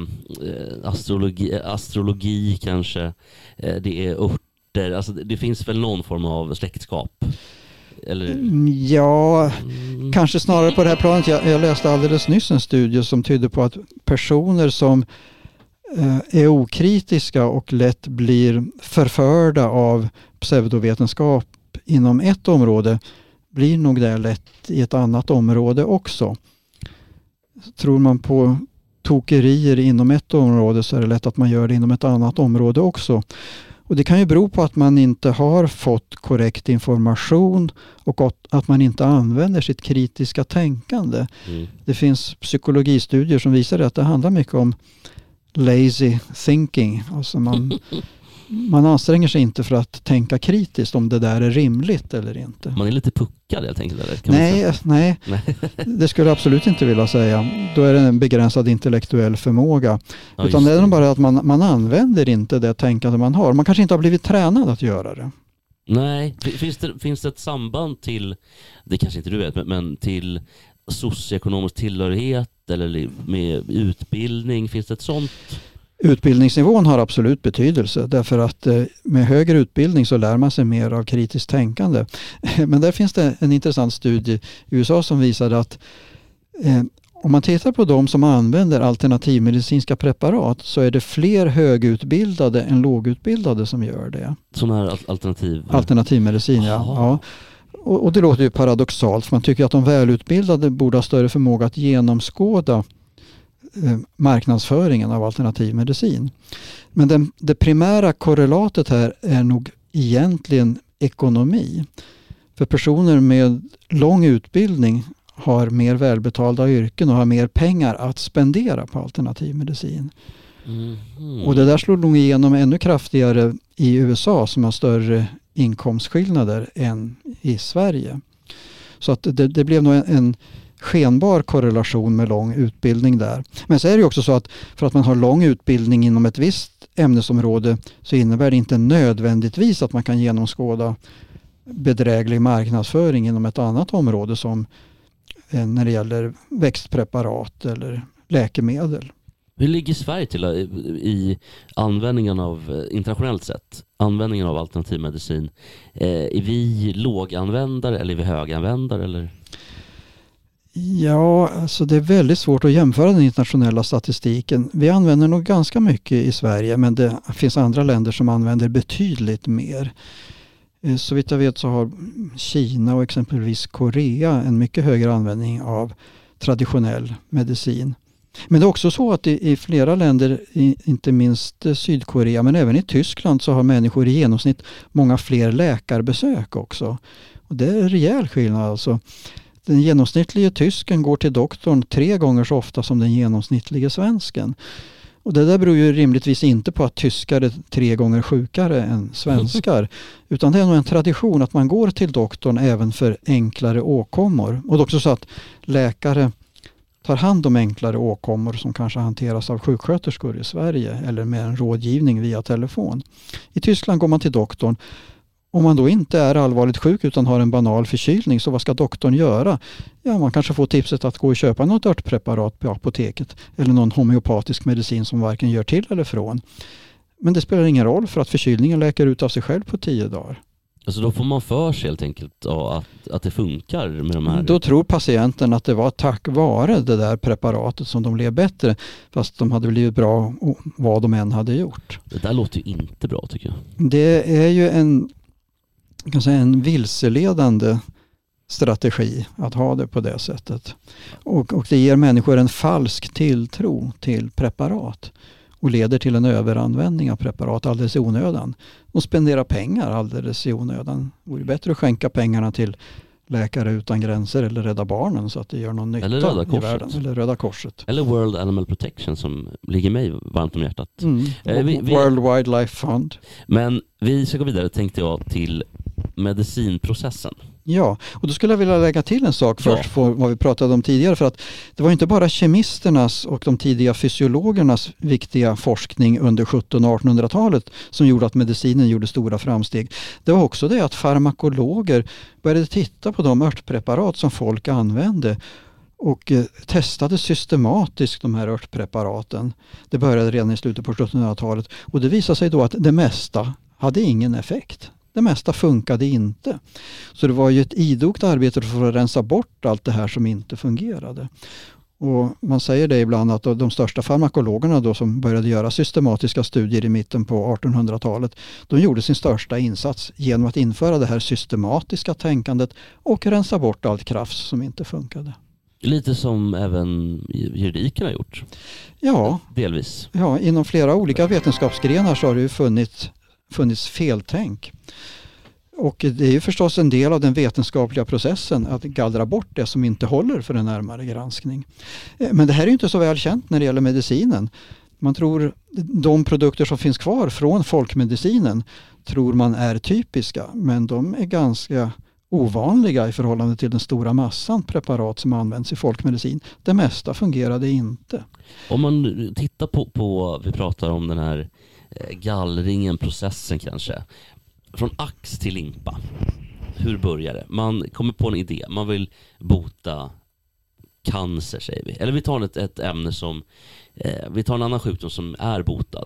B: astrologi kanske. Det är örter. Alltså, det finns väl någon form av släktskap? Eller?
C: Ja, kanske snarare på det här planet. Jag läste alldeles nyss en studie som tydde på att personer som är okritiska och lätt blir förförda av pseudovetenskap inom ett område blir nog det lätt i ett annat område också. Tror man på tokerier inom ett område så är det lätt att man gör det inom ett annat område också. Och det kan ju bero på att man inte har fått korrekt information och att man inte använder sitt kritiska tänkande. Det finns psykologistudier som visar att det handlar mycket om lazy thinking. Alltså man anstränger sig inte för att tänka kritiskt om det där är rimligt eller inte.
B: Man är lite puckad helt enkelt. Eller?
C: Nej, det skulle jag absolut inte vilja säga. Då är det en begränsad intellektuell förmåga.
B: Ja,
C: utan det är nog bara att man använder inte det tänkande man har. Man kanske inte har blivit tränad att göra det.
B: Nej, finns det ett samband till, det kanske inte du vet, men till socioekonomisk tillhörighet eller med utbildning? Finns det ett sånt?
C: Utbildningsnivån har absolut betydelse därför att med högre utbildning så lär man sig mer av kritiskt tänkande. Men där finns det en intressant studie i USA som visade att om man tittar på de som använder alternativmedicinska preparat så är det fler högutbildade än lågutbildade som gör det.
B: Sån här
C: alternativmedicin, ja. Och det låter ju paradoxalt för man tycker att de välutbildade borde ha större förmåga att genomskåda marknadsföringen av alternativmedicin. Men det primära korrelatet här är nog egentligen ekonomi. För personer med lång utbildning har mer välbetalda yrken och har mer pengar att spendera på alternativmedicin. Och det där slår nog igenom ännu kraftigare i USA som har större inkomstskillnader än i Sverige. Så att det blev nog en skenbar korrelation med lång utbildning där. Men så är det ju också så att för att man har lång utbildning inom ett visst ämnesområde så innebär det inte nödvändigtvis att man kan genomskåda bedräglig marknadsföring inom ett annat område som när det gäller växtpreparat eller läkemedel.
B: Hur ligger Sverige till i användningen av, internationellt sett, användningen av alternativmedicin? Är vi låganvändare eller är vi höganvändare? Eller?
C: Ja, alltså det är väldigt svårt att jämföra den internationella statistiken. Vi använder nog ganska mycket i Sverige men det finns andra länder som använder betydligt mer. Så vitt jag vet så har Kina och exempelvis Korea en mycket högre användning av traditionell medicin. Men det är också så att i flera länder, inte minst Sydkorea, men även i Tyskland, så har människor i genomsnitt många fler läkarbesök också. Och det är en rejäl skillnad alltså. Den genomsnittliga tysken går till doktorn 3 gånger så ofta som den genomsnittliga svensken. Och det där beror ju rimligtvis inte på att tyskar är 3 gånger sjukare än svenskar. Utan det är nog en tradition att man går till doktorn även för enklare åkommor. Och det är också så att läkare tar hand om enklare åkommor som kanske hanteras av sjuksköterskor i Sverige eller med en rådgivning via telefon. I Tyskland går man till doktorn. Om man då inte är allvarligt sjuk utan har en banal förkylning, så vad ska doktorn göra? Ja, man kanske får tipset att gå och köpa något örtpreparat på apoteket eller någon homeopatisk medicin som varken gör till eller från. Men det spelar ingen roll för att förkylningen läker ut av sig själv på 10 dagar.
B: Alltså då får man för sig helt enkelt att det funkar med de här...
C: Då tror patienten att det var tack vare det där preparatet som de blev bättre, fast de hade blivit bra vad de än hade gjort.
B: Det där låter ju inte bra tycker jag.
C: Det är ju en vilseledande strategi att ha det på det sättet. Och det ger människor en falsk tilltro till preparat och leder till en överanvändning av preparat alldeles i onödan. De spenderar pengar alldeles i onödan. Det vore bättre att skänka pengarna till Läkare utan gränser eller Rädda Barnen så att det gör någon nytta i världen. Eller Röda Korset.
B: Eller World Animal Protection som ligger mig varmt om hjärtat.
C: World Wildlife Fund.
B: Men vi ska gå vidare, tänkte jag, till medicinprocessen.
C: Ja, och då skulle jag vilja lägga till en sak först för vad vi pratade om tidigare. För att det var inte bara kemisternas och de tidiga fysiologernas viktiga forskning under 1700- och 1800-talet som gjorde att medicinen gjorde stora framsteg. Det var också det att farmakologer började titta på de örtpreparat som folk använde och testade systematiskt de här örtpreparaten. Det började redan i slutet på 1700-talet och det visade sig då att det mesta hade ingen effekt. Det mesta funkade inte. Så det var ju ett idogt arbete för att rensa bort allt det här som inte fungerade. Och man säger det ibland att de största farmakologerna då som började göra systematiska studier i mitten på 1800-talet, de gjorde sin största insats genom att införa det här systematiska tänkandet och rensa bort allt krafts som inte funkade.
B: Lite som även juridiken har gjort.
C: Ja.
B: Delvis.
C: Ja, inom flera olika vetenskapsgrenar så har det ju funnits feltänk. Och det är ju förstås en del av den vetenskapliga processen att gallra bort det som inte håller för en närmare granskning. Men det här är ju inte så väl känt när det gäller medicinen. Man tror de produkter som finns kvar från folkmedicinen tror man är typiska, men de är ganska ovanliga i förhållande till den stora massan preparat som används i folkmedicin. Det mesta fungerade inte.
B: Om man tittar på vi pratar om den här gallringen, processen kanske. Från ax till limpa. Hur börjar det? Man kommer på en idé. Man vill bota cancer, säger vi. Eller vi tar ett ämne som... vi tar en annan sjukdom som är botad.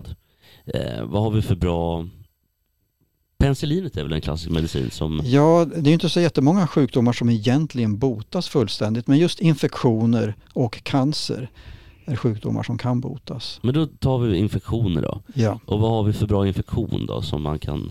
B: Vad har vi för bra... Penicillinet är väl en klassisk medicin som... Ja,
C: det är inte så jättemånga sjukdomar som egentligen botas fullständigt. Men just infektioner och cancer är sjukdomar som kan botas.
B: Men då tar vi infektioner då.
C: Ja.
B: Och vad har vi för bra infektion då som man kan...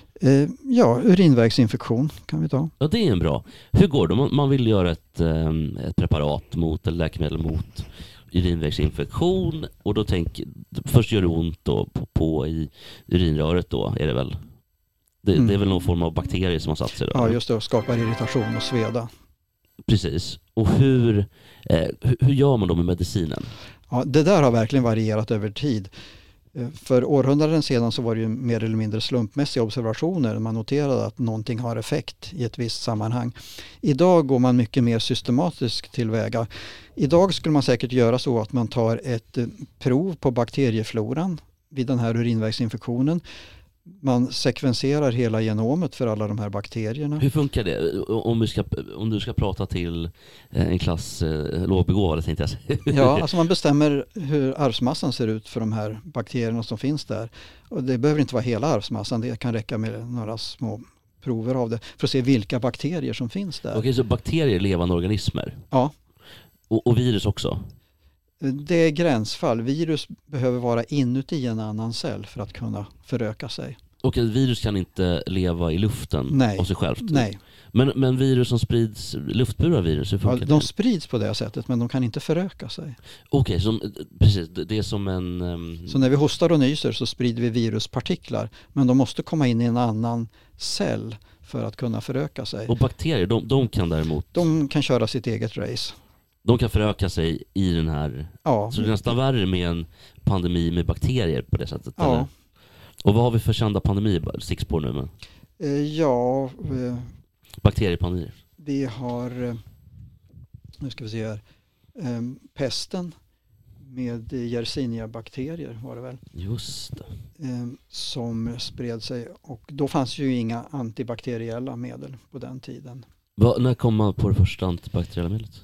C: urinvägsinfektion kan vi ta.
B: Ja, det är en bra. Hur går det? Man vill göra ett preparat mot, eller läkemedel mot urinvägsinfektion och då först gör det ont då på i urinröret då är det väl. Det är väl någon form av bakterier som har satt sig då.
C: Ja, just det, och skapar irritation och sveda.
B: Precis. Och hur gör man då med medicinen?
C: Ja, det där har verkligen varierat över tid. För århundraden sedan så var det ju mer eller mindre slumpmässiga observationer. Man noterade att någonting har effekt i ett visst sammanhang. Idag går man mycket mer systematiskt tillväga. Idag skulle man säkert göra så att man tar ett prov på bakteriefloran vid den här urinvägsinfektionen. Man sekvenserar hela genomet för alla de här bakterierna.
B: Hur funkar det? Om du ska prata till en klass lågbegåvade, tänkte jag säga.
C: Ja, alltså man bestämmer hur arvsmassan ser ut för de här bakterierna som finns där. Och det behöver inte vara hela arvsmassan, det kan räcka med några små prover av det för att se vilka bakterier som finns där.
B: Okej, så bakterier är levande organismer?
C: Ja.
B: Och virus också?
C: Det är gränsfall. Virus behöver vara inuti en annan cell för att kunna föröka sig.
B: Och ett virus kan inte leva i luften av sig självt?
C: Nej.
B: Men virus som sprids, luftburna virus, hur funkar det?
C: De sprids på det sättet, men de kan inte föröka sig.
B: Okej, precis. Det är som en...
C: Så när vi hostar och nyser så sprider vi viruspartiklar, men de måste komma in i en annan cell för att kunna föröka sig.
B: Och bakterier, de kan däremot...
C: De kan köra sitt eget race.
B: De kan föröka sig i den här...
C: Ja.
B: Så det är nästan värre med en pandemi med bakterier på det sättet?
C: Ja.
B: Eller? Och vad har vi för kända pandemier? 6 på nu, men... Bakteriepandemier.
C: Vi har, nu ska vi se här, pesten med Yersinia-bakterier var det väl.
B: Just det.
C: Som spred sig, och då fanns ju inga antibakteriella medel på den tiden.
B: När kom man på det första antibakteriella medlet?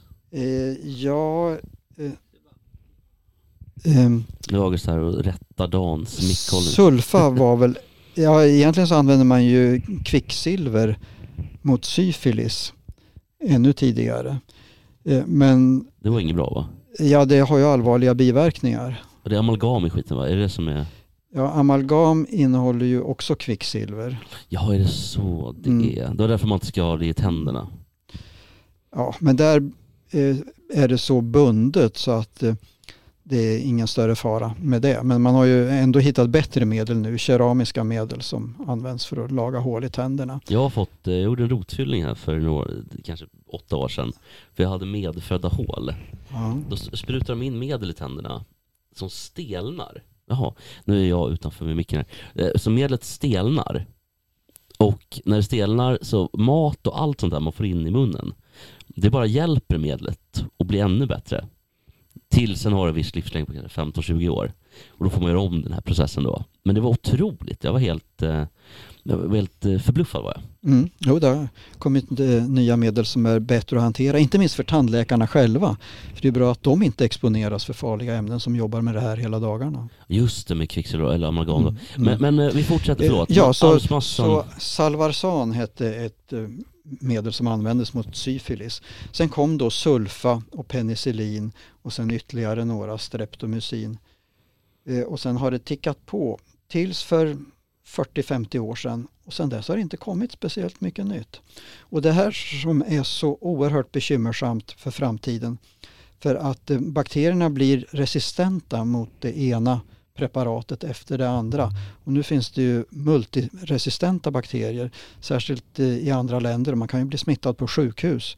B: Det var så här och rätta Dans mickhållning.
C: Sulfa var väl, egentligen så använder man ju kvicksilver mot syfilis ännu tidigare. Men
B: det var inget bra, va?
C: Ja, det har ju allvarliga biverkningar.
B: Och det är amalgam i skiten, va? Är det som är...
C: Ja, amalgam innehåller ju också kvicksilver.
B: Ja, är det så det är? Det var därför man inte ska ha det i tänderna.
C: Ja, men där är det så bundet så att det är ingen större fara med det. Men man har ju ändå hittat bättre medel nu, keramiska medel som används för att laga hål i tänderna. Jag
B: gjorde en rotfyllning här för kanske 8 år sedan. För jag hade medfödda hål. Ja. Då sprutar de in medel i tänderna som stelnar. Jaha, nu är jag utanför med micken här. Så medlet stelnar. Och när det stelnar så mat och allt sånt där man får in i munnen, det bara hjälper medlet att bli ännu bättre. Till sen har det viss livslängd på 15-20 år. Och då får man göra om den här processen då. Men det var otroligt. Jag var helt förbluffad, var jag.
C: Jo, det har kommit nya medel som är bättre att hantera. Inte minst för tandläkarna själva. För det är bra att de inte exponeras för farliga ämnen som jobbar med det här hela dagarna.
B: Just det, med kvicksilver eller amalgam. Men vi fortsätter, förlåt.
C: Ja, så Salvarsan hette ett medel som användes mot syfilis. Sen kom då sulfa och penicillin och sen ytterligare några, streptomycin. Och sen har det tickat på tills för 40-50 år sedan, och sen dess har det inte kommit speciellt mycket nytt. Och det här som är så oerhört bekymmersamt för framtiden, för att bakterierna blir resistenta mot det ena preparatet efter det andra. Och nu finns det ju multiresistenta bakterier, särskilt i andra länder. Man kan ju bli smittad på sjukhus.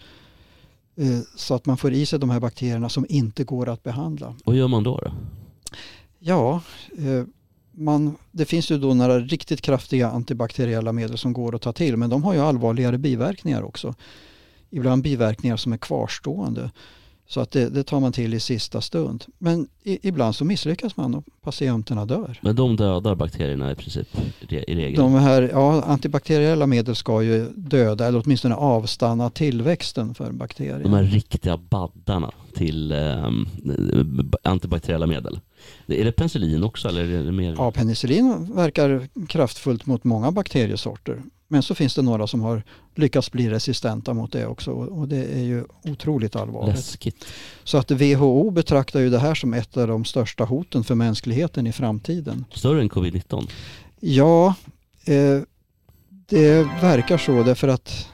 C: Så att man får i sig de här bakterierna som inte går att behandla.
B: Vad gör man då?
C: Ja, det finns ju då några riktigt kraftiga antibakteriella medel som går att ta till, men de har ju allvarligare biverkningar också. Ibland biverkningar som är kvarstående. Så att det tar man till i sista stund. Men ibland så misslyckas man och patienterna dör.
B: Men de dödar bakterierna i princip i regel?
C: De här antibakteriella medel ska ju döda eller åtminstone avstanna tillväxten för bakterier.
B: De här riktiga baddarna till antibakteriella medel. Är det penicillin också? Eller är det mer?
C: Ja, penicillin verkar kraftfullt mot många bakteriesorter. Men så finns det några som har lyckats bli resistenta mot det också, och det är ju otroligt allvarligt.
B: Läskigt.
C: Så att WHO betraktar ju det här som ett av de största hoten för mänskligheten i framtiden.
B: Större än covid-19?
C: Ja, det verkar så, därför att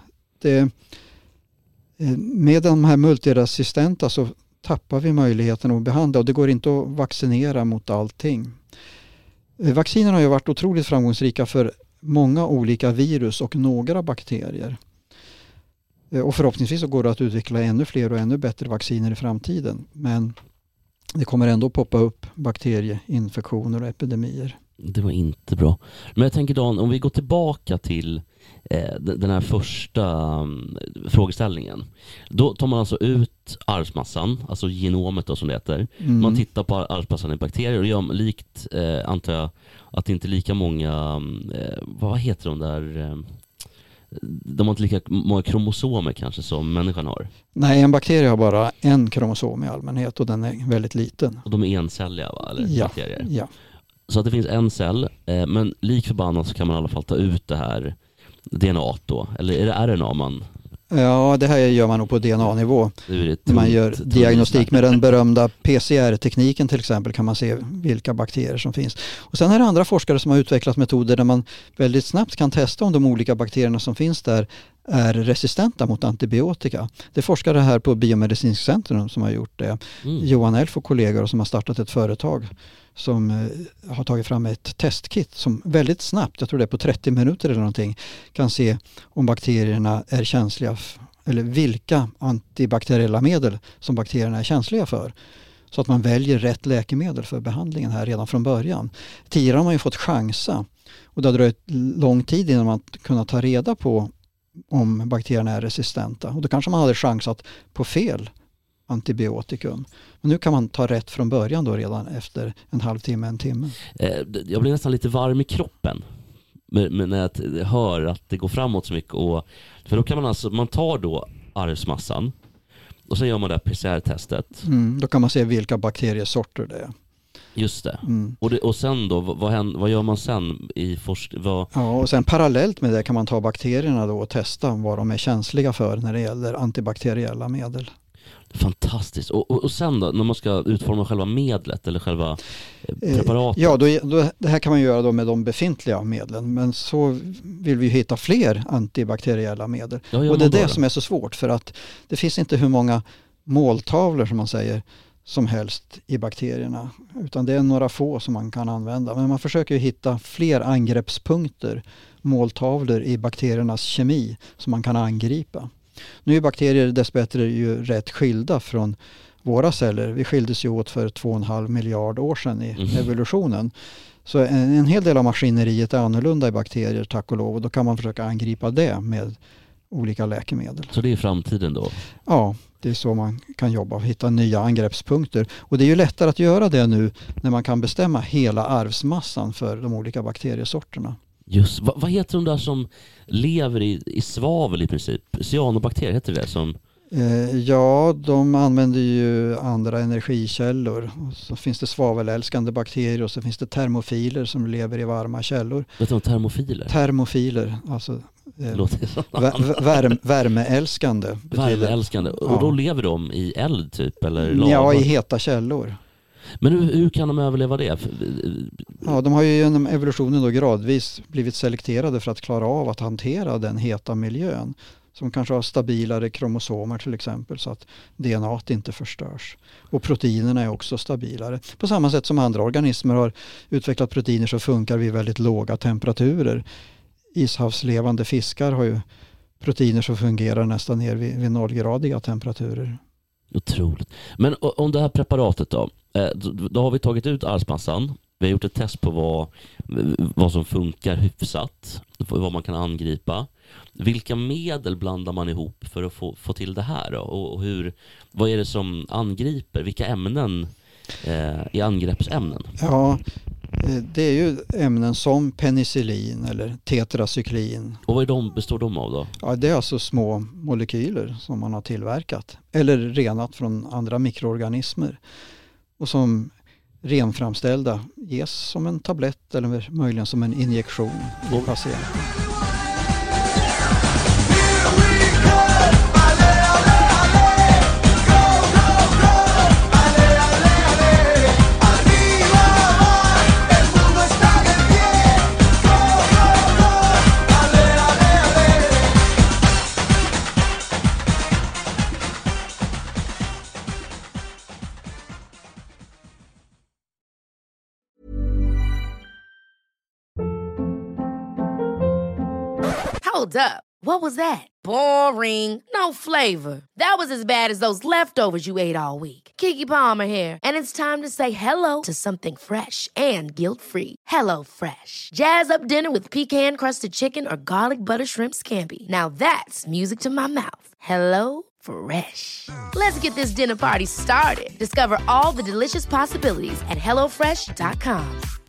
C: med de här multiresistenta så tappar vi möjligheten att behandla, och det går inte att vaccinera mot allting. Vaccinen har ju varit otroligt framgångsrika för många olika virus och några bakterier. Och förhoppningsvis så går det att utveckla ännu fler och ännu bättre vacciner i framtiden. Men det kommer ändå poppa upp bakterieinfektioner och epidemier.
B: Det var inte bra. Men jag tänker, Dan, om vi går tillbaka till den här första frågeställningen. Då tar man alltså ut arvsmassan, alltså genomet då, som det heter. Man tittar på arvsmassan i bakterier och gör likt, antar jag, att det inte är lika många, vad heter de där, de har inte lika många kromosomer kanske som människan har.
C: Nej, en bakterie har bara en kromosom i allmänhet, och den är väldigt liten.
B: Och de är encelliga, va? Eller
C: ja,
B: bakterier?
C: Ja.
B: Så att det finns en cell, men lik förbannat så kan man i alla fall ta ut det här DNA då. Eller är det RNA man...
C: Ja, det här gör man nog på DNA-nivå. När man gör diagnostik med den berömda PCR-tekniken till exempel kan man se vilka bakterier som finns. Och sen är det andra forskare som har utvecklat metoder där man väldigt snabbt kan testa om de olika bakterierna som finns där är resistenta mot antibiotika. Det är forskare här på Biomedicinskt centrum som har gjort det. Johan Elf och kollegor som har startat ett företag som har tagit fram ett testkit som väldigt snabbt, jag tror det är på 30 minuter eller någonting, kan se om bakterierna är känsliga eller vilka antibakteriella medel som bakterierna är känsliga för. Så att man väljer rätt läkemedel för behandlingen här redan från början. Tidigare har man ju fått chansa och det har dröjt lång tid innan man kunnat ta reda på om bakterierna är resistenta. Och då kanske man hade chansat på fel antibiotikum. Men nu kan man ta rätt från början då redan efter en halvtimme, en timme.
B: Jag blir nästan lite varm i kroppen när jag hör att det går framåt så mycket. För då kan man tar då arvsmassan och så gör man det här PCR-testet.
C: Då kan man se vilka bakteriesorter det är.
B: Just det. Och sen då, vad gör man sen i
C: Ja, och sen parallellt med det kan man ta bakterierna då och testa vad de är känsliga för när det gäller antibakteriella medel.
B: Fantastiskt. Och sen då, när man ska utforma själva medlet eller själva preparatet?
C: Ja, det här kan man göra då med de befintliga medlen. Men så vill vi hitta fler antibakteriella medel. Och det är det som är så svårt för att det finns inte hur många måltavlor som man säger som helst i bakterierna. Utan det är några få som man kan använda. Men man försöker ju hitta fler angreppspunkter, måltavlor i bakteriernas kemi som man kan angripa. Nu är bakterier dessbättre ju rätt skilda från våra celler. Vi skildes ju åt för 2,5 miljard år sedan i evolutionen. Så en hel del av maskineriet är annorlunda i bakterier, tack och lov. Och då kan man försöka angripa det med olika läkemedel.
B: Så det är framtiden då?
C: Ja, det är så man kan jobba och hitta nya angreppspunkter. Och det är ju lättare att göra det nu när man kan bestämma hela arvsmassan för de olika bakteriesorterna.
B: Just, vad heter de där som lever i svavel i princip? Cyanobakterier heter det som...
C: Ja, de använder ju andra energikällor. Så finns det svavelälskande bakterier och så finns det termofiler som lever i varma källor.
B: Vet du om termofiler?
C: Termofiler, alltså värmeälskande.
B: Värmeälskande. Och då lever de i eld typ? Eller lava?
C: Ja, i heta källor.
B: Men hur kan de överleva det?
C: Ja, de har ju genom evolutionen då gradvis blivit selekterade för att klara av att hantera den heta miljön. Som kanske har stabilare kromosomer till exempel så att DNA inte förstörs. Och proteinerna är också stabilare. På samma sätt som andra organismer har utvecklat proteiner så funkar vid väldigt låga temperaturer. Ishavslevande fiskar har ju proteiner som fungerar nästan ner vid 0-gradiga temperaturer.
B: Otroligt. Men om det här preparatet då har vi tagit ut arvsmassan. Vi har gjort ett test på vad som funkar hyfsat, vad man kan angripa. Vilka medel blandar man ihop för att få till det här då? Och vad är det som angriper? Vilka ämnen är angreppsämnen?
C: Ja, det är ju ämnen som penicillin eller tetracyklin.
B: Och vad består de av då?
C: Ja, det är alltså små molekyler som man har tillverkat eller renat från andra mikroorganismer och som renframställda ges som en tablett eller möjligen som en injektion i patienten.
A: Hold up. What was that? Boring. No flavor. That was as bad as those leftovers you ate all week. Keke Palmer here, and it's time to say hello to something fresh and guilt-free. Hello Fresh. Jazz up dinner with pecan-crusted chicken or garlic butter shrimp scampi. Now that's music to my mouth. Hello Fresh. Let's get this dinner party started. Discover all the delicious possibilities at hellofresh.com.